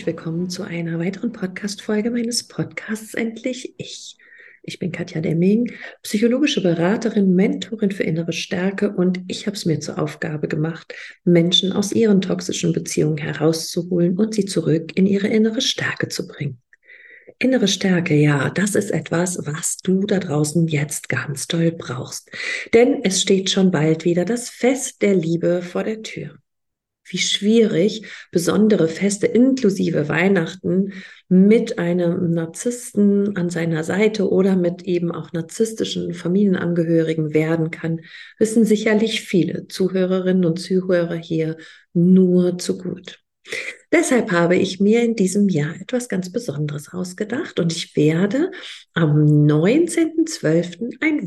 herzlich willkommen zu einer weiteren Podcast-Folge meines Podcasts Endlich Ich. Ich bin Katja Demming, psychologische Beraterin, Mentorin für innere Stärke und ich habe es mir zur Aufgabe gemacht, Menschen aus ihren toxischen Beziehungen herauszuholen und sie zurück in ihre innere Stärke zu bringen. Innere Stärke, ja, das ist etwas, was du da draußen jetzt ganz doll brauchst. Denn es steht schon bald wieder das Fest der Liebe vor der Tür. Wie schwierig besondere Feste inklusive Weihnachten mit einem Narzissten an seiner Seite oder mit eben auch narzisstischen Familienangehörigen werden kann, wissen sicherlich viele Zuhörerinnen und Zuhörer hier nur zu gut. Deshalb habe ich mir in diesem Jahr etwas ganz Besonderes ausgedacht und ich werde am 19.12. ein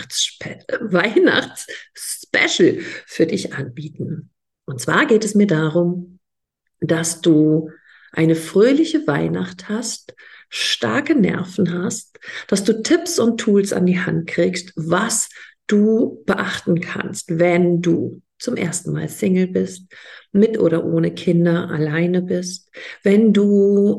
Weihnachtsspecial für dich anbieten. Und zwar geht es mir darum, dass du eine fröhliche Weihnacht hast, starke Nerven hast, dass du Tipps und Tools an die Hand kriegst, was du beachten kannst, wenn du zum ersten Mal Single bist, mit oder ohne Kinder, alleine bist, wenn du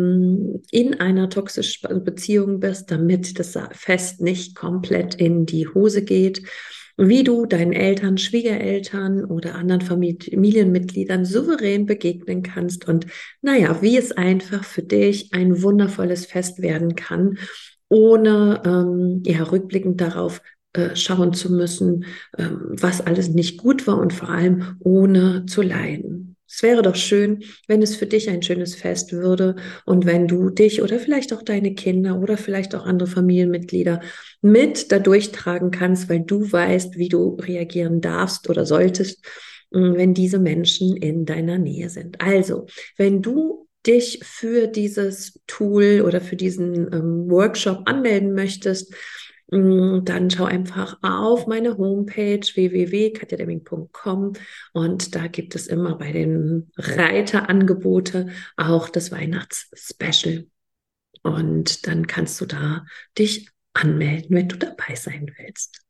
in einer toxischen Beziehung bist, damit das Fest nicht komplett in die Hose geht, wie du deinen Eltern, Schwiegereltern oder anderen Familienmitgliedern souverän begegnen kannst und naja, wie es einfach für dich ein wundervolles Fest werden kann, ohne ja, rückblickend darauf schauen zu müssen, was alles nicht gut war und vor allem ohne zu leiden. Es wäre doch schön, wenn es für dich ein schönes Fest würde und wenn du dich oder vielleicht auch deine Kinder oder vielleicht auch andere Familienmitglieder mit dadurch tragen kannst, weil du weißt, wie du reagieren darfst oder solltest, wenn diese Menschen in deiner Nähe sind. Also, wenn du dich für dieses Tool oder für diesen Workshop anmelden möchtest, dann schau einfach auf meine Homepage www.katjademming.com und da gibt es immer bei den Reiterangebote auch das Weihnachtsspecial. Und dann kannst du da dich anmelden, wenn du dabei sein willst.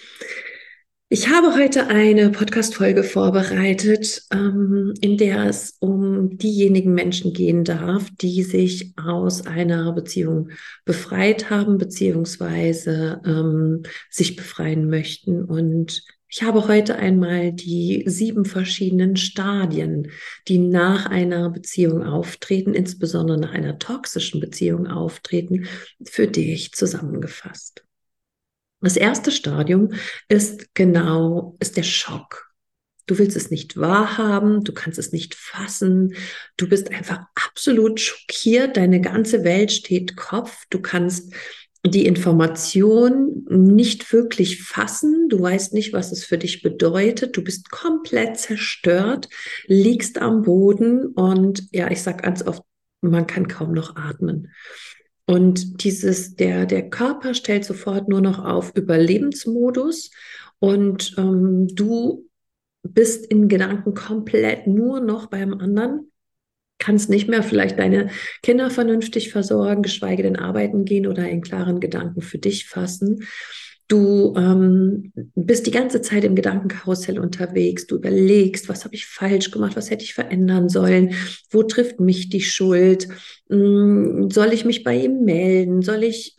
Ich habe heute eine Podcast-Folge vorbereitet, in der es um diejenigen Menschen gehen darf, die sich aus einer Beziehung befreit haben, beziehungsweise sich befreien möchten. Und ich habe heute einmal die 7 verschiedenen Stadien, die nach einer Beziehung auftreten, insbesondere nach einer toxischen Beziehung auftreten, für dich zusammengefasst. Das erste Stadium ist der Schock. Du willst es nicht wahrhaben, du kannst es nicht fassen, du bist einfach absolut schockiert, deine ganze Welt steht Kopf, du kannst die Information nicht wirklich fassen, du weißt nicht, was es für dich bedeutet, du bist komplett zerstört, liegst am Boden und ja, ich sage ganz oft, man kann kaum noch atmen. Und der Körper stellt sofort nur noch auf Überlebensmodus und du bist in Gedanken komplett nur noch beim anderen, kannst nicht mehr vielleicht deine Kinder vernünftig versorgen, geschweige denn arbeiten gehen oder einen klaren Gedanken für dich fassen. Du bist die ganze Zeit im Gedankenkarussell unterwegs. Du überlegst, was habe ich falsch gemacht, was hätte ich verändern sollen, wo trifft mich die Schuld, soll ich mich bei ihm melden, soll ich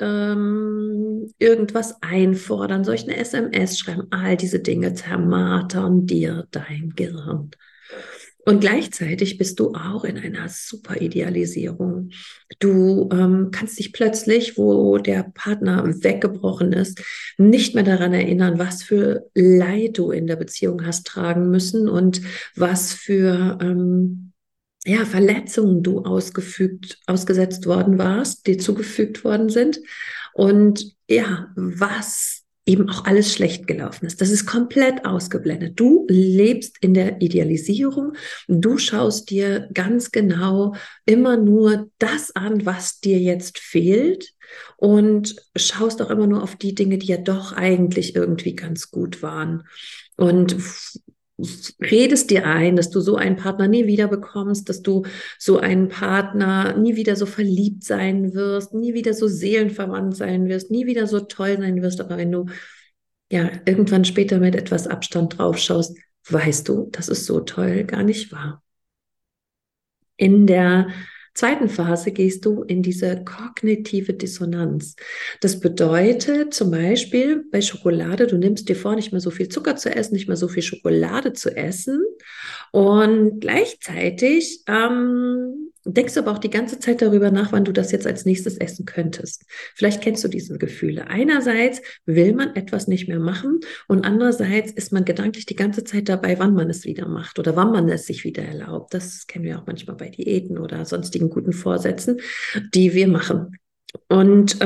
irgendwas einfordern, soll ich eine SMS schreiben? All diese Dinge zermartern dir dein Gehirn. Und gleichzeitig bist du auch in einer super Idealisierung. Du kannst dich plötzlich, wo der Partner weggebrochen ist, nicht mehr daran erinnern, was für Leid du in der Beziehung hast tragen müssen und was für ja, Verletzungen du ausgesetzt worden warst, dir zugefügt worden sind. Und ja, was eben auch alles schlecht gelaufen ist. Das ist komplett ausgeblendet. Du lebst in der Idealisierung. Du schaust dir ganz genau immer nur das an, was dir jetzt fehlt und schaust auch immer nur auf die Dinge, die ja doch eigentlich irgendwie ganz gut waren. Und redest dir ein, dass du so einen Partner nie wieder bekommst, dass du so einen Partner nie wieder so verliebt sein wirst, nie wieder so seelenverwandt sein wirst, nie wieder so toll sein wirst. Aber wenn du ja irgendwann später mit etwas Abstand drauf schaust, weißt du, das ist so toll gar nicht wahr. In der zweiten Phase gehst du in diese kognitive Dissonanz. Das bedeutet zum Beispiel bei Schokolade, du nimmst dir vor, nicht mehr so viel Zucker zu essen, nicht mehr so viel Schokolade zu essen und gleichzeitig denkst du aber auch die ganze Zeit darüber nach, wann du das jetzt als nächstes essen könntest. Vielleicht kennst du diese Gefühle. Einerseits will man etwas nicht mehr machen und andererseits ist man gedanklich die ganze Zeit dabei, wann man es wieder macht oder wann man es sich wieder erlaubt. Das kennen wir auch manchmal bei Diäten oder sonstigen guten Vorsätzen, die wir machen. Und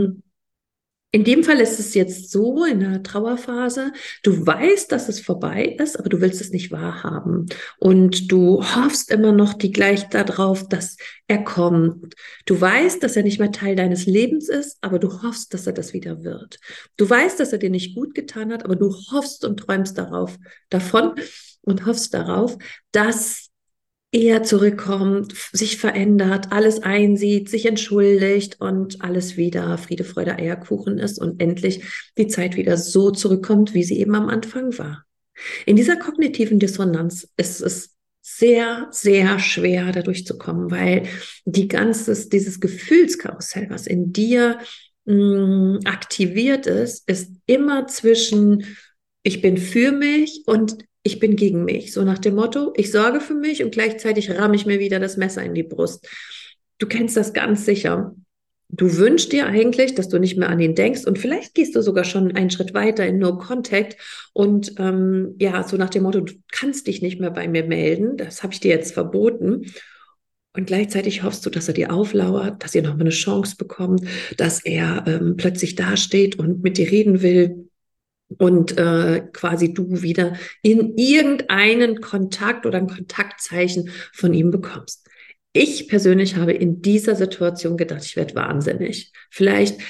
in dem Fall ist es jetzt so in der Trauerphase, du weißt, dass es vorbei ist, aber du willst es nicht wahrhaben. Und du hoffst immer noch die gleich darauf, dass er kommt. Du weißt, dass er nicht mehr Teil deines Lebens ist, aber du hoffst, dass er das wieder wird. Du weißt, dass er dir nicht gut getan hat, aber du hoffst und träumst davon und hoffst darauf, dass er zurückkommt, sich verändert, alles einsieht, sich entschuldigt und alles wieder Friede, Freude, Eierkuchen ist und endlich die Zeit wieder so zurückkommt, wie sie eben am Anfang war. In dieser kognitiven Dissonanz ist es sehr, sehr schwer, da durchzukommen, weil dieses Gefühlskarussell, was in dir aktiviert ist immer zwischen ich bin für mich und ich bin gegen mich. So nach dem Motto, ich sorge für mich und gleichzeitig ramme ich mir wieder das Messer in die Brust. Du kennst das ganz sicher. Du wünschst dir eigentlich, dass du nicht mehr an ihn denkst und vielleicht gehst du sogar schon einen Schritt weiter in No Contact und ja, so nach dem Motto, du kannst dich nicht mehr bei mir melden, das habe ich dir jetzt verboten. Und gleichzeitig hoffst du, dass er dir auflauert, dass ihr nochmal eine Chance bekommt, dass er plötzlich dasteht und mit dir reden will und quasi du wieder in irgendeinen Kontakt oder ein Kontaktzeichen von ihm bekommst. Ich persönlich habe in dieser Situation gedacht, ich werde wahnsinnig. Vielleicht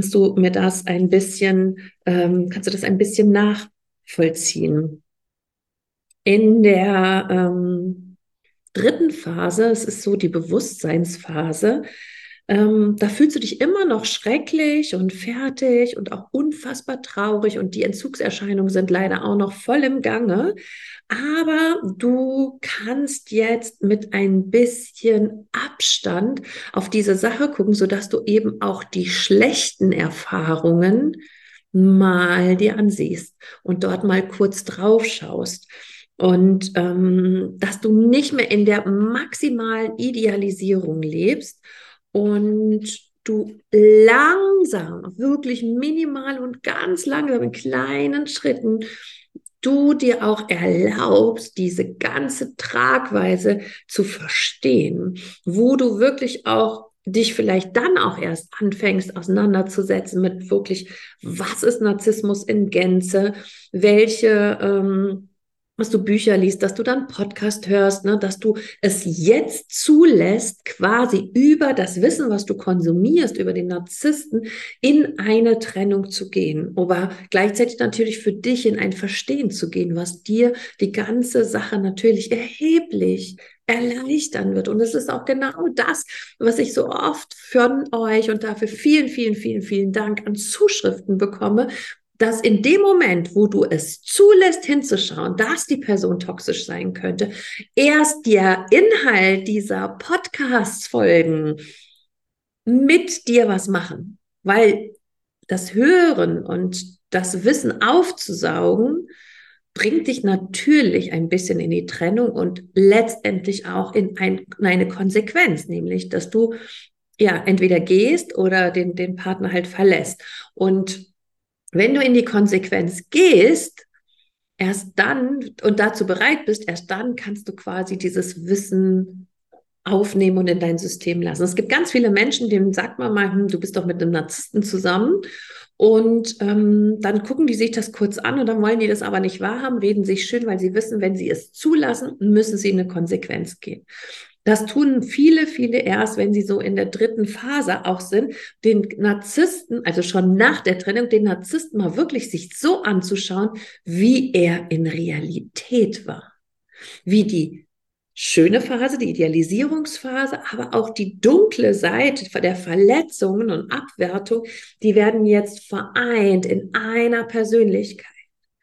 kannst du das ein bisschen nachvollziehen. In der dritten Phase, es ist so die Bewusstseinsphase, da fühlst du dich immer noch schrecklich und fertig und auch unfassbar traurig und die Entzugserscheinungen sind leider auch noch voll im Gange. Aber du kannst jetzt mit ein bisschen Abstand auf diese Sache gucken, sodass du eben auch die schlechten Erfahrungen mal dir ansiehst und dort mal kurz drauf schaust. Und dass du nicht mehr in der maximalen Idealisierung lebst und du langsam, wirklich minimal und ganz langsam in kleinen Schritten, du dir auch erlaubst, diese ganze Tragweise zu verstehen, wo du wirklich auch dich vielleicht dann auch erst anfängst auseinanderzusetzen mit wirklich, was ist Narzissmus in Gänze, dass du Bücher liest, dass du dann Podcast hörst, ne, dass du es jetzt zulässt, quasi über das Wissen, was du konsumierst, über den Narzissten, in eine Trennung zu gehen, aber gleichzeitig natürlich für dich in ein Verstehen zu gehen, was dir die ganze Sache natürlich erheblich erleichtern wird. Und es ist auch genau das, was ich so oft von euch und dafür vielen, vielen, vielen, vielen Dank an Zuschriften bekomme, dass in dem Moment, wo du es zulässt, hinzuschauen, dass die Person toxisch sein könnte, erst der Inhalt dieser Podcast-Folgen mit dir was machen. Weil das Hören und das Wissen aufzusaugen, bringt dich natürlich ein bisschen in die Trennung und letztendlich auch in eine Konsequenz, nämlich, dass du ja entweder gehst oder den Partner halt verlässt. Und wenn du in die Konsequenz gehst, erst dann und dazu bereit bist, erst dann kannst du quasi dieses Wissen aufnehmen und in dein System lassen. Es gibt ganz viele Menschen, denen sagt man mal, du bist doch mit einem Narzissten zusammen. Und dann gucken die sich das kurz an und dann wollen die das aber nicht wahrhaben, reden sich schön, weil sie wissen, wenn sie es zulassen, müssen sie in eine Konsequenz gehen. Das tun viele, viele erst, wenn sie so in der dritten Phase auch sind, den Narzissten, also schon nach der Trennung, den Narzissten mal wirklich sich so anzuschauen, wie er in Realität war. Wie die schöne Phase, die Idealisierungsphase, aber auch die dunkle Seite der Verletzungen und Abwertung, die werden jetzt vereint in einer Persönlichkeit.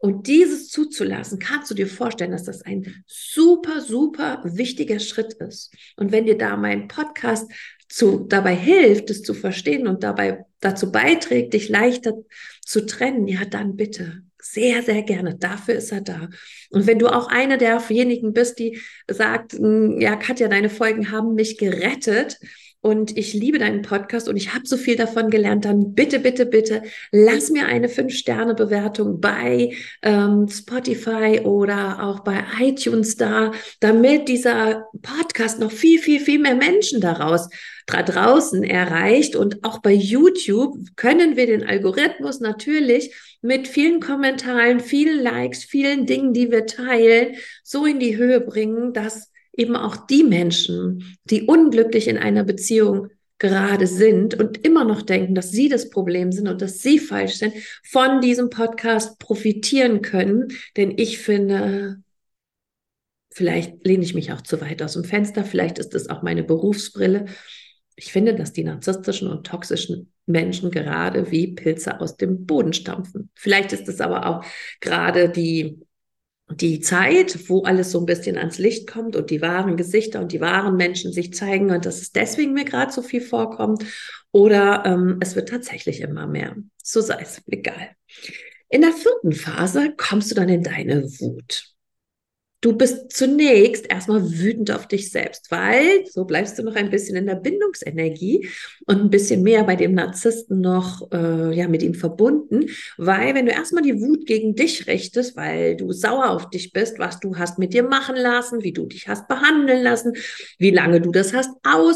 Und dieses zuzulassen, kannst du dir vorstellen, dass das ein super, super wichtiger Schritt ist. Und wenn dir da mein Podcast dabei hilft, es zu verstehen und dazu beiträgt, dich leichter zu trennen, ja, dann bitte. Sehr, sehr gerne. Dafür ist er da. Und wenn du auch eine derjenigen bist, die sagt, ja, Katja, deine Folgen haben mich gerettet, und ich liebe deinen Podcast und ich habe so viel davon gelernt, dann bitte, bitte, bitte lass mir eine 5-Sterne-Bewertung bei Spotify oder auch bei iTunes da, damit dieser Podcast noch viel, viel, viel mehr Menschen da draußen erreicht. Und auch bei YouTube können wir den Algorithmus natürlich mit vielen Kommentaren, vielen Likes, vielen Dingen, die wir teilen, so in die Höhe bringen, dass eben auch die Menschen, die unglücklich in einer Beziehung gerade sind und immer noch denken, dass sie das Problem sind und dass sie falsch sind, von diesem Podcast profitieren können. Denn ich finde, vielleicht lehne ich mich auch zu weit aus dem Fenster, vielleicht ist es auch meine Berufsbrille. Ich finde, dass die narzisstischen und toxischen Menschen gerade wie Pilze aus dem Boden stampfen. Vielleicht ist es aber auch gerade die Zeit, wo alles so ein bisschen ans Licht kommt und die wahren Gesichter und die wahren Menschen sich zeigen und dass es deswegen mir gerade so viel vorkommt, oder es wird tatsächlich immer mehr. So sei es, egal. In der 4. Phase kommst du dann in deine Wut. Du bist zunächst erstmal wütend auf dich selbst, weil so bleibst du noch ein bisschen in der Bindungsenergie und ein bisschen mehr bei dem Narzissten noch ja, mit ihm verbunden, weil wenn du erstmal die Wut gegen dich richtest, weil du sauer auf dich bist, was du hast mit dir machen lassen, wie du dich hast behandeln lassen, wie lange du das hast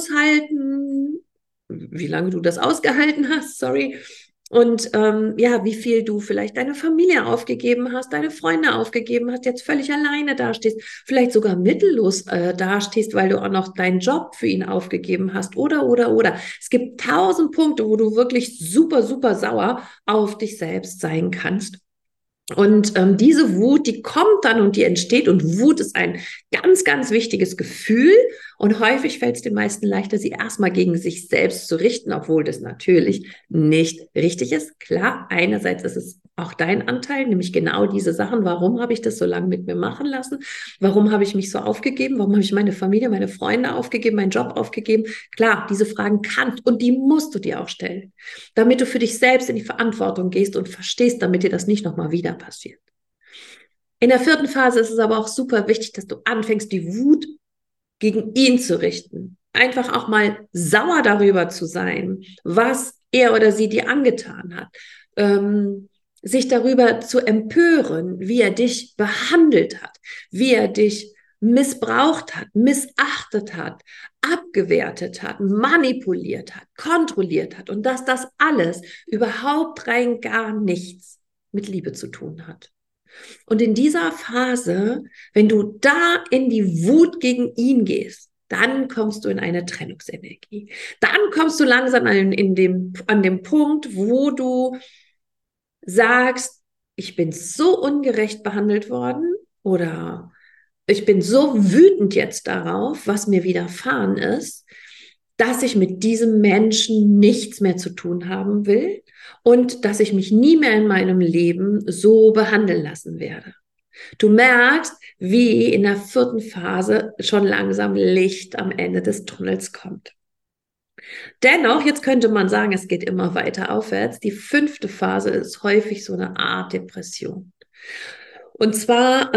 wie lange du das ausgehalten hast, sorry, und ja, wie viel du vielleicht deine Familie aufgegeben hast, deine Freunde aufgegeben hast, jetzt völlig alleine dastehst, vielleicht sogar mittellos dastehst, weil du auch noch deinen Job für ihn aufgegeben hast, oder. Es gibt 1000 Punkte, wo du wirklich super, super sauer auf dich selbst sein kannst. Und diese Wut, die kommt dann und die entsteht, und Wut ist ein ganz, ganz wichtiges Gefühl, und häufig fällt es den meisten leichter, sie erstmal gegen sich selbst zu richten, obwohl das natürlich nicht richtig ist. Klar, einerseits ist es auch dein Anteil, nämlich genau diese Sachen. Warum habe ich das so lange mit mir machen lassen? Warum habe ich mich so aufgegeben? Warum habe ich meine Familie, meine Freunde aufgegeben, meinen Job aufgegeben? Klar, diese Fragen kannst und die musst du dir auch stellen, damit du für dich selbst in die Verantwortung gehst und verstehst, damit dir das nicht nochmal wieder passiert. In der 4. Phase ist es aber auch super wichtig, dass du anfängst, die Wut gegen ihn zu richten. Einfach auch mal sauer darüber zu sein, was er oder sie dir angetan hat. Sich darüber zu empören, wie er dich behandelt hat, wie er dich missbraucht hat, missachtet hat, abgewertet hat, manipuliert hat, kontrolliert hat, und dass das alles überhaupt rein gar nichts mit Liebe zu tun hat. Und in dieser Phase, wenn du da in die Wut gegen ihn gehst, dann kommst du in eine Trennungsenergie. Dann kommst du langsam an dem Punkt, wo du sagst, ich bin so ungerecht behandelt worden, oder ich bin so wütend jetzt darauf, was mir widerfahren ist, dass ich mit diesem Menschen nichts mehr zu tun haben will und dass ich mich nie mehr in meinem Leben so behandeln lassen werde. Du merkst, wie in der 4. Phase schon langsam Licht am Ende des Tunnels kommt. Dennoch, jetzt könnte man sagen, es geht immer weiter aufwärts. Die 5. Phase ist häufig so eine Art Depression. Und zwar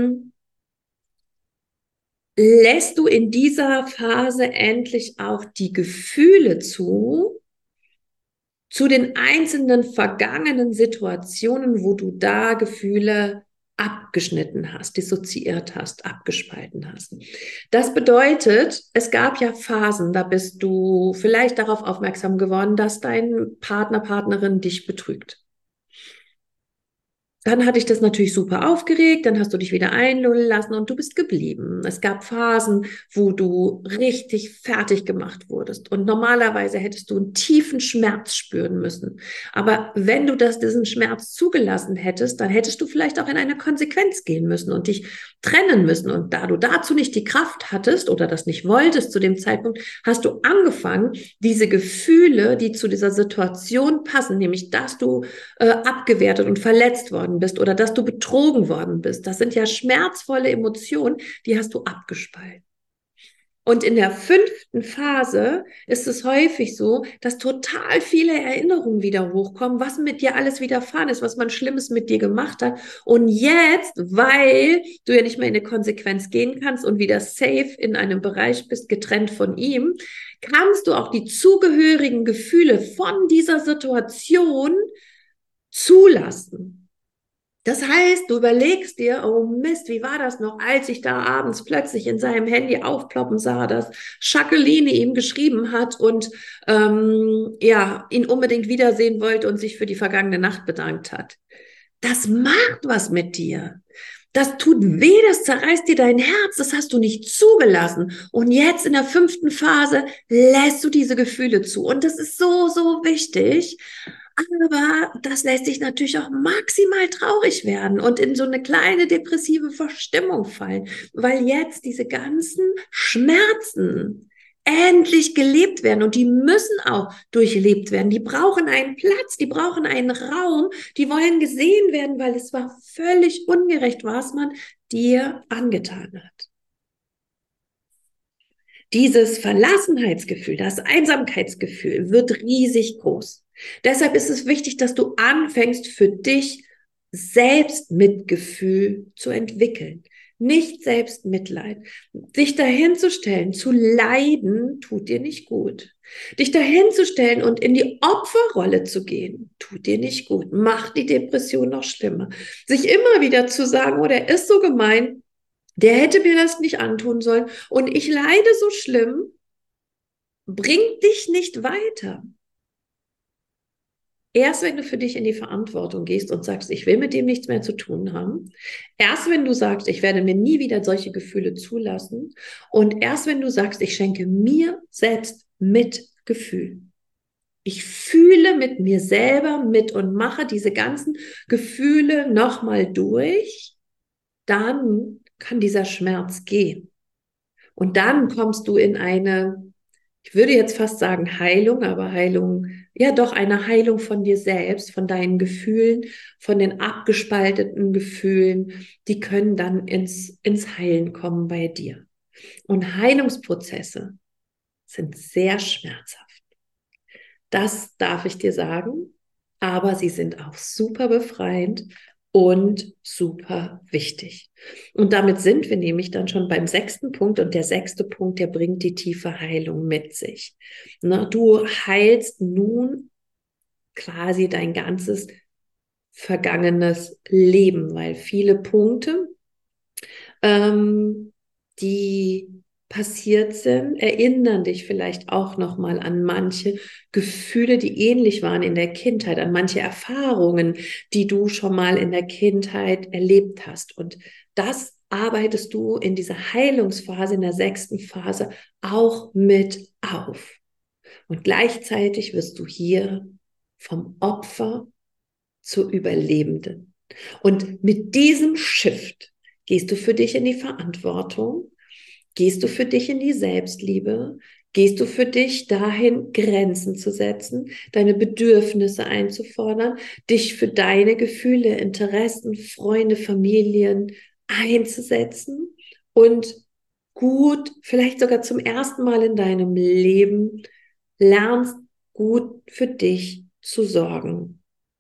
lässt du in dieser Phase endlich auch die Gefühle zu den einzelnen vergangenen Situationen, wo du da Gefühle abgeschnitten hast, dissoziiert hast, abgespalten hast. Das bedeutet, es gab ja Phasen, da bist du vielleicht darauf aufmerksam geworden, dass dein Partner, Partnerin dich betrügt. Dann hat dich das natürlich super aufgeregt, dann hast du dich wieder einlullen lassen und du bist geblieben. Es gab Phasen, wo du richtig fertig gemacht wurdest, und normalerweise hättest du einen tiefen Schmerz spüren müssen. Aber wenn du diesen Schmerz zugelassen hättest, dann hättest du vielleicht auch in eine Konsequenz gehen müssen und dich trennen müssen. Und da du dazu nicht die Kraft hattest oder das nicht wolltest zu dem Zeitpunkt, hast du angefangen, diese Gefühle, die zu dieser Situation passen, nämlich dass du abgewertet und verletzt worden worden bist oder dass du betrogen worden bist. Das sind ja schmerzvolle Emotionen, die hast du abgespalten. Und in der 5. Phase ist es häufig so, dass total viele Erinnerungen wieder hochkommen, was mit dir alles widerfahren ist, was man Schlimmes mit dir gemacht hat. Und jetzt, weil du ja nicht mehr in eine Konsequenz gehen kannst und wieder safe in einem Bereich bist, getrennt von ihm, kannst du auch die zugehörigen Gefühle von dieser Situation zulassen. Das heißt, du überlegst dir, oh Mist, wie war das noch, als ich da abends plötzlich in seinem Handy aufploppen sah, dass Jacqueline ihm geschrieben hat und ihn unbedingt wiedersehen wollte und sich für die vergangene Nacht bedankt hat. Das macht was mit dir. Das tut weh, das zerreißt dir dein Herz, das hast du nicht zugelassen. Und jetzt in der 5. Phase lässt du diese Gefühle zu. Und das ist so, so wichtig. Aber das lässt dich natürlich auch maximal traurig werden und in so eine kleine depressive Verstimmung fallen, weil jetzt diese ganzen Schmerzen endlich gelebt werden und die müssen auch durchlebt werden. Die brauchen einen Platz, die brauchen einen Raum, die wollen gesehen werden, weil es war völlig ungerecht, was man dir angetan hat. Dieses Verlassenheitsgefühl, das Einsamkeitsgefühl wird riesig groß. Deshalb ist es wichtig, dass du anfängst, für dich Selbstmitgefühl zu entwickeln. Nicht Selbstmitleid. Dich dahin zu stellen, zu leiden, tut dir nicht gut. Dich dahin zu stellen und in die Opferrolle zu gehen, tut dir nicht gut. Macht die Depression noch schlimmer. Sich immer wieder zu sagen, oh, der ist so gemein, der hätte mir das nicht antun sollen und ich leide so schlimm, bringt dich nicht weiter. Erst wenn du für dich in die Verantwortung gehst und sagst, ich will mit dem nichts mehr zu tun haben, erst wenn du sagst, ich werde mir nie wieder solche Gefühle zulassen und erst wenn du sagst, ich schenke mir selbst Mitgefühl. Ich fühle mit mir selber mit und mache diese ganzen Gefühle nochmal durch, dann kann dieser Schmerz gehen. Und dann kommst du in eine, ich würde jetzt fast sagen Heilung, aber Heilung, ja doch eine Heilung von dir selbst, von deinen Gefühlen, von den abgespalteten Gefühlen, die können dann ins Heilen kommen bei dir. Und Heilungsprozesse sind sehr schmerzhaft. Das darf ich dir sagen, aber sie sind auch super befreiend und super wichtig. Und damit sind wir nämlich dann schon beim 6. Punkt und der 6. Punkt, der bringt die tiefe Heilung mit sich. Du heilst nun quasi dein ganzes vergangenes Leben, weil viele Punkte, die passiert sind, erinnern dich vielleicht auch nochmal an manche Gefühle, die ähnlich waren in der Kindheit, an manche Erfahrungen, die du schon mal in der Kindheit erlebt hast. Und das arbeitest du in dieser Heilungsphase, in der 6. Phase auch mit auf. Und gleichzeitig wirst du hier vom Opfer zur Überlebenden. Und mit diesem Shift gehst du für dich in die Verantwortung, gehst du für dich in die Selbstliebe, gehst du für dich dahin, Grenzen zu setzen, deine Bedürfnisse einzufordern, dich für deine Gefühle, Interessen, Freunde, Familien einzusetzen und gut, vielleicht sogar zum ersten Mal in deinem Leben, lernst gut für dich zu sorgen.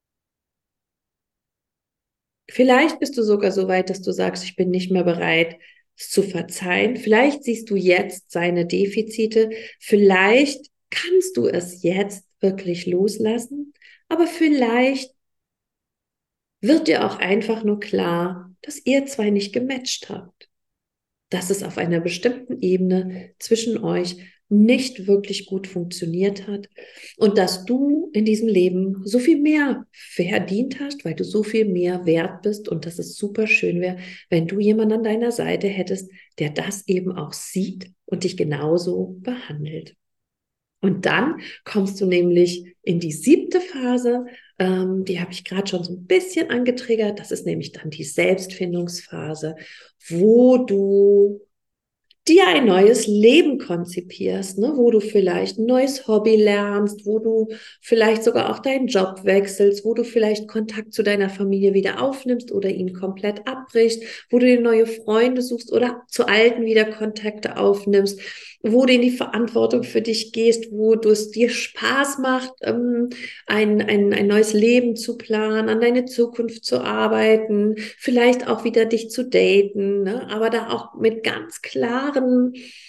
Vielleicht bist du sogar so weit, dass du sagst, ich bin nicht mehr bereit, es zu verzeihen. Vielleicht siehst du jetzt seine Defizite. Vielleicht kannst du es jetzt wirklich loslassen. Aber vielleicht wird dir auch einfach nur klar, dass ihr zwei nicht gematcht habt. Dass es auf einer bestimmten Ebene zwischen euch nicht wirklich gut funktioniert hat und dass du in diesem Leben so viel mehr verdient hast, weil du so viel mehr wert bist und dass es super schön wäre, wenn du jemanden an deiner Seite hättest, der das eben auch sieht und dich genauso behandelt. Und dann kommst du nämlich in die 7. Phase, die habe ich gerade schon so ein bisschen angetriggert. Das ist nämlich dann die Selbstfindungsphase, wo du dir ein neues Leben konzipierst, ne, wo du vielleicht ein neues Hobby lernst, wo du vielleicht sogar auch deinen Job wechselst, wo du vielleicht Kontakt zu deiner Familie wieder aufnimmst oder ihn komplett abbrichst, wo du dir neue Freunde suchst oder zu alten wieder Kontakte aufnimmst, wo du in die Verantwortung für dich gehst, wo du es dir Spaß macht, ein neues Leben zu planen, an deine Zukunft zu arbeiten, vielleicht auch wieder dich zu daten, ne? Aber da auch mit ganz klaren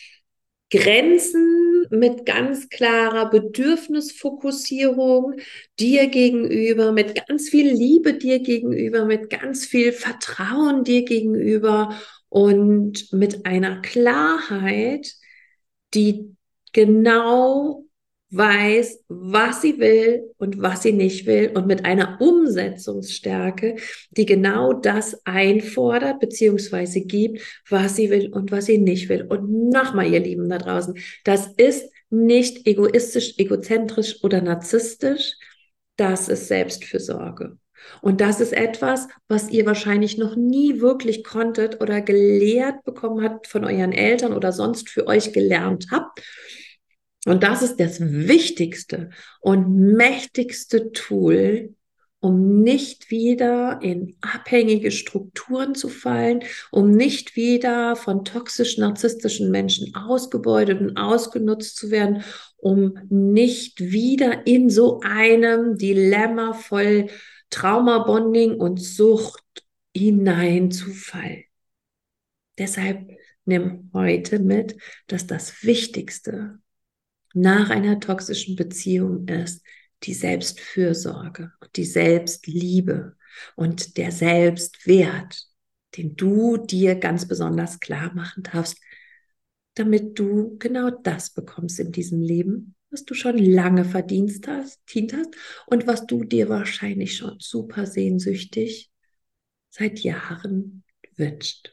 Grenzen, mit ganz klarer Bedürfnisfokussierung dir gegenüber, mit ganz viel Liebe dir gegenüber, mit ganz viel Vertrauen dir gegenüber und mit einer Klarheit, die genau weiß, was sie will und was sie nicht will und mit einer Umsetzungsstärke, die genau das einfordert beziehungsweise gibt, was sie will und was sie nicht will. Und nochmal, ihr Lieben da draußen, das ist nicht egoistisch, egozentrisch oder narzisstisch, das ist Selbstfürsorge. Und das ist etwas, was ihr wahrscheinlich noch nie wirklich konntet oder gelehrt bekommen habt von euren Eltern oder sonst für euch gelernt habt. Und das ist das wichtigste und mächtigste Tool, um nicht wieder in abhängige Strukturen zu fallen, um nicht wieder von toxisch-narzisstischen Menschen ausgebeutet und ausgenutzt zu werden, um nicht wieder in so einem Dilemma voll Traumabonding und Sucht hineinzufallen. Deshalb nimm heute mit, dass das Wichtigste nach einer toxischen Beziehung ist die Selbstfürsorge und die Selbstliebe und der Selbstwert, den du dir ganz besonders klar machen darfst, damit du genau das bekommst in diesem Leben, was du schon lange verdient hast und was du dir wahrscheinlich schon super sehnsüchtig seit Jahren wünschst.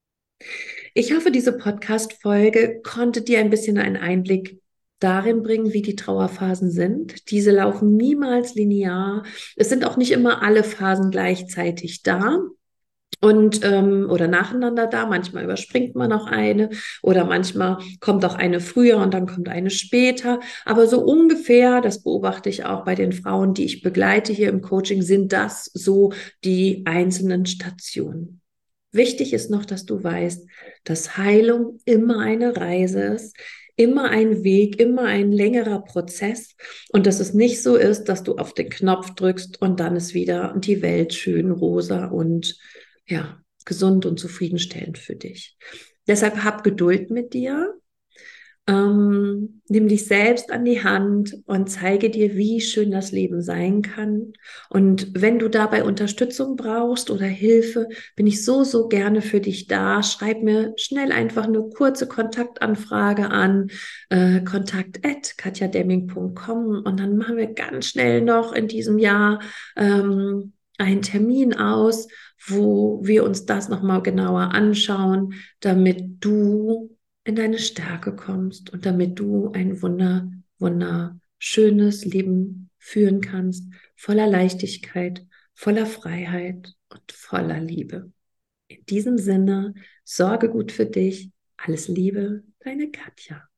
Ich hoffe, diese Podcast-Folge konnte dir ein bisschen einen Einblick darin bringen, wie die Trauerphasen sind. Diese laufen niemals linear. Es sind auch nicht immer alle Phasen gleichzeitig da und oder nacheinander da. Manchmal überspringt man auch eine oder manchmal kommt auch eine früher und dann kommt eine später. Aber so ungefähr, das beobachte ich auch bei den Frauen, die ich begleite hier im Coaching, sind das so die einzelnen Stationen. Wichtig ist noch, dass du weißt, dass Heilung immer eine Reise ist, immer ein Weg, immer ein längerer Prozess und dass es nicht so ist, dass du auf den Knopf drückst und dann ist wieder die Welt schön rosa und ja, gesund und zufriedenstellend für dich. Deshalb hab Geduld mit dir. Nimm dich selbst an die Hand und zeige dir, wie schön das Leben sein kann. Und wenn du dabei Unterstützung brauchst oder Hilfe, bin ich so gerne für dich da. Schreib mir schnell einfach eine kurze Kontaktanfrage an, kontakt@katjademming.com und dann machen wir ganz schnell noch in diesem Jahr einen Termin aus, wo wir uns das nochmal genauer anschauen, damit du in deine Stärke kommst und damit du ein wunderschönes Leben führen kannst, voller Leichtigkeit, voller Freiheit und voller Liebe. In diesem Sinne, sorge gut für dich. Alles Liebe, deine Katja.